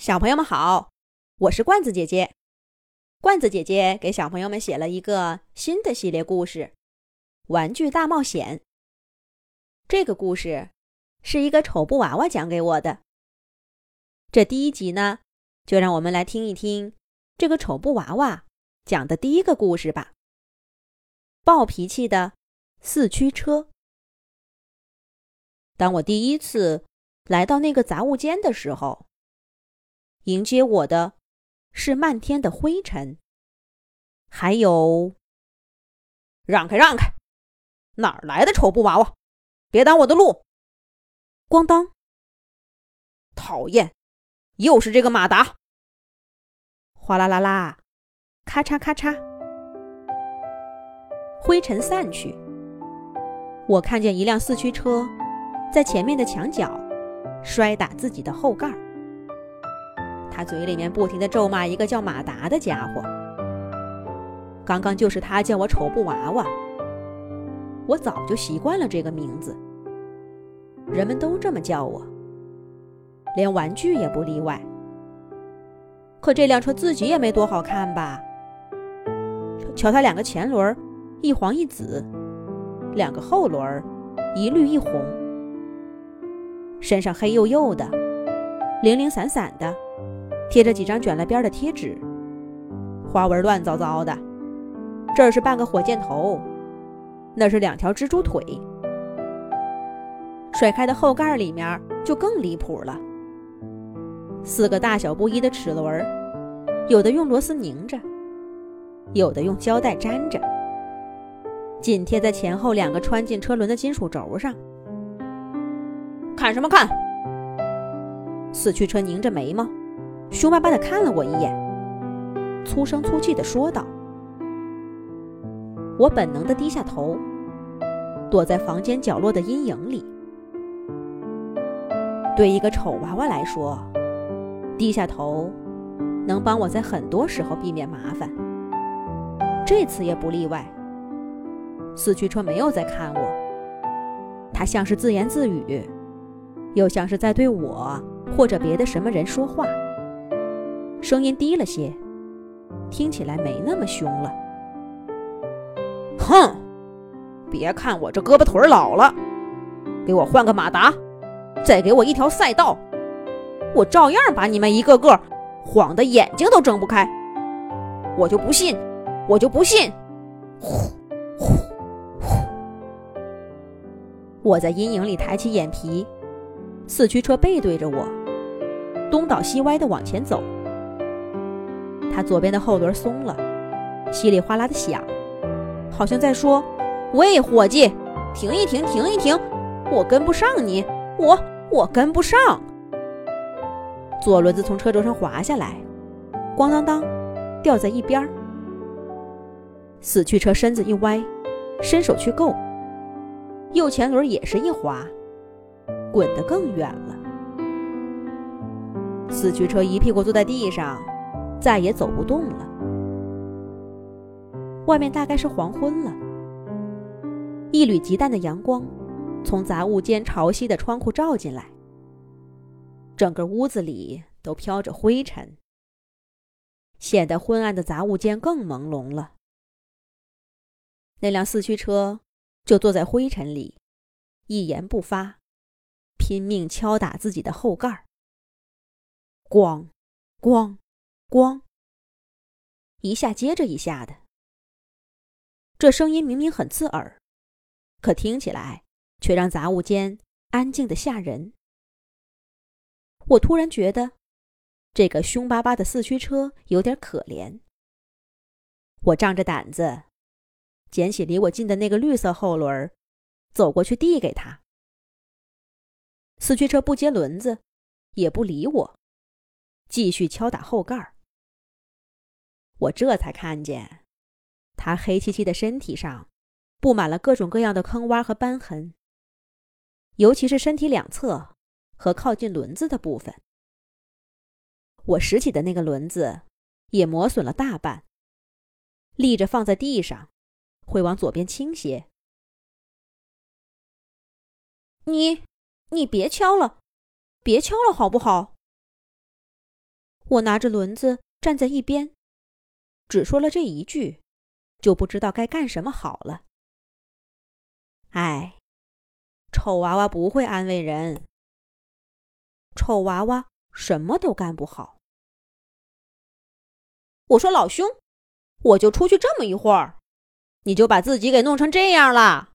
小朋友们好，我是罐子姐姐。罐子姐姐给小朋友们写了一个新的系列故事《玩具大冒险》。这个故事是一个丑布娃娃讲给我的。这第一集呢，就让我们来听一听这个丑布娃娃讲的第一个故事吧。暴脾气的四驱车。当我第一次来到那个杂物间的时候，迎接我的是漫天的灰尘，还有……让开让开！哪儿来的丑布娃娃？别挡我的路！咣当！讨厌，又是这个马达！哗啦啦啦，咔嚓咔嚓。灰尘散去，我看见一辆四驱车在前面的墙角摔打自己的后盖。他嘴里面不停地咒骂一个叫马达的家伙。刚刚就是他叫我丑布娃娃，我早就习惯了这个名字，人们都这么叫我，连玩具也不例外。可这辆车自己也没多好看吧？瞧它两个前轮一黄一紫，两个后轮一绿一红，身上黑黝黝的，零零散散的，贴着几张卷了边的贴纸，花纹乱糟糟的，这儿是半个火箭头，那是两条蜘蛛腿。甩开的后盖里面就更离谱了，四个大小不一的齿轮，有的用螺丝拧着，有的用胶带粘着，紧贴在前后两个穿进车轮的金属轴上。看什么看？四驱车拧着眉毛，凶巴巴地看了我一眼，粗声粗气地说道。我本能地低下头，躲在房间角落的阴影里。对一个丑娃娃来说，低下头能帮我在很多时候避免麻烦，这次也不例外。四驱车没有在看我，它像是自言自语，又像是在对我或者别的什么人说话，声音低了些，听起来没那么凶了。哼，别看我这胳膊腿老了，给我换个马达，再给我一条赛道，我照样把你们一个个晃得眼睛都睁不开。我就不信，我就不信！呼呼呼！我在阴影里抬起眼皮，四驱车背对着我，东倒西歪地往前走。他左边的后轮松了，稀里哗啦地响，好像在说：喂，伙计，停一停，停一停，我跟不上你，我跟不上。左轮子从车轴上滑下来，咣当当掉在一边。四驱车身子一歪，伸手去够，右前轮也是一滑，滚得更远了。四驱车一屁股坐在地上，再也走不动了。外面大概是黄昏了，一缕极淡的阳光从杂物间潮汐的窗户照进来，整个屋子里都飘着灰尘，显得昏暗的杂物间更朦胧了。那辆四驱车就坐在灰尘里，一言不发，拼命敲打自己的后盖。咣咣咣，一下接着一下的。这声音明明很刺耳，可听起来却让杂物间安静得吓人。我突然觉得这个凶巴巴的四驱车有点可怜。我仗着胆子捡起离我近的那个绿色后轮，走过去递给他。四驱车不接轮子，也不理我，继续敲打后盖。我这才看见他黑漆漆的身体上布满了各种各样的坑洼和斑痕，尤其是身体两侧和靠近轮子的部分。我拾起的那个轮子也磨损了大半，立着放在地上，会往左边倾斜。你别敲了，别敲了好不好？ 我拿着轮子站在一边，只说了这一句，就不知道该干什么好了。唉，臭娃娃不会安慰人，臭娃娃什么都干不好。我说老兄，我就出去这么一会儿，你就把自己给弄成这样了。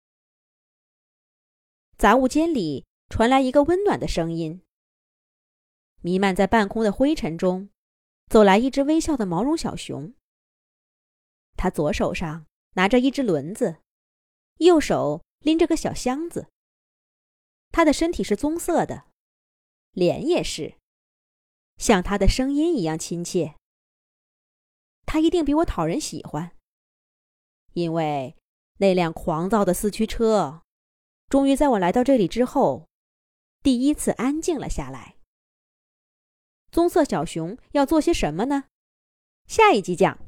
杂物间里传来一个温暖的声音。弥漫在半空的灰尘中，走来一只微笑的毛绒小熊。它左手上拿着一只轮子，右手拎着个小箱子。它的身体是棕色的，脸也是，像它的声音一样亲切。它一定比我讨人喜欢，因为那辆狂躁的四驱车终于在我来到这里之后，第一次安静了下来。棕色小熊要做些什么呢？下一集讲。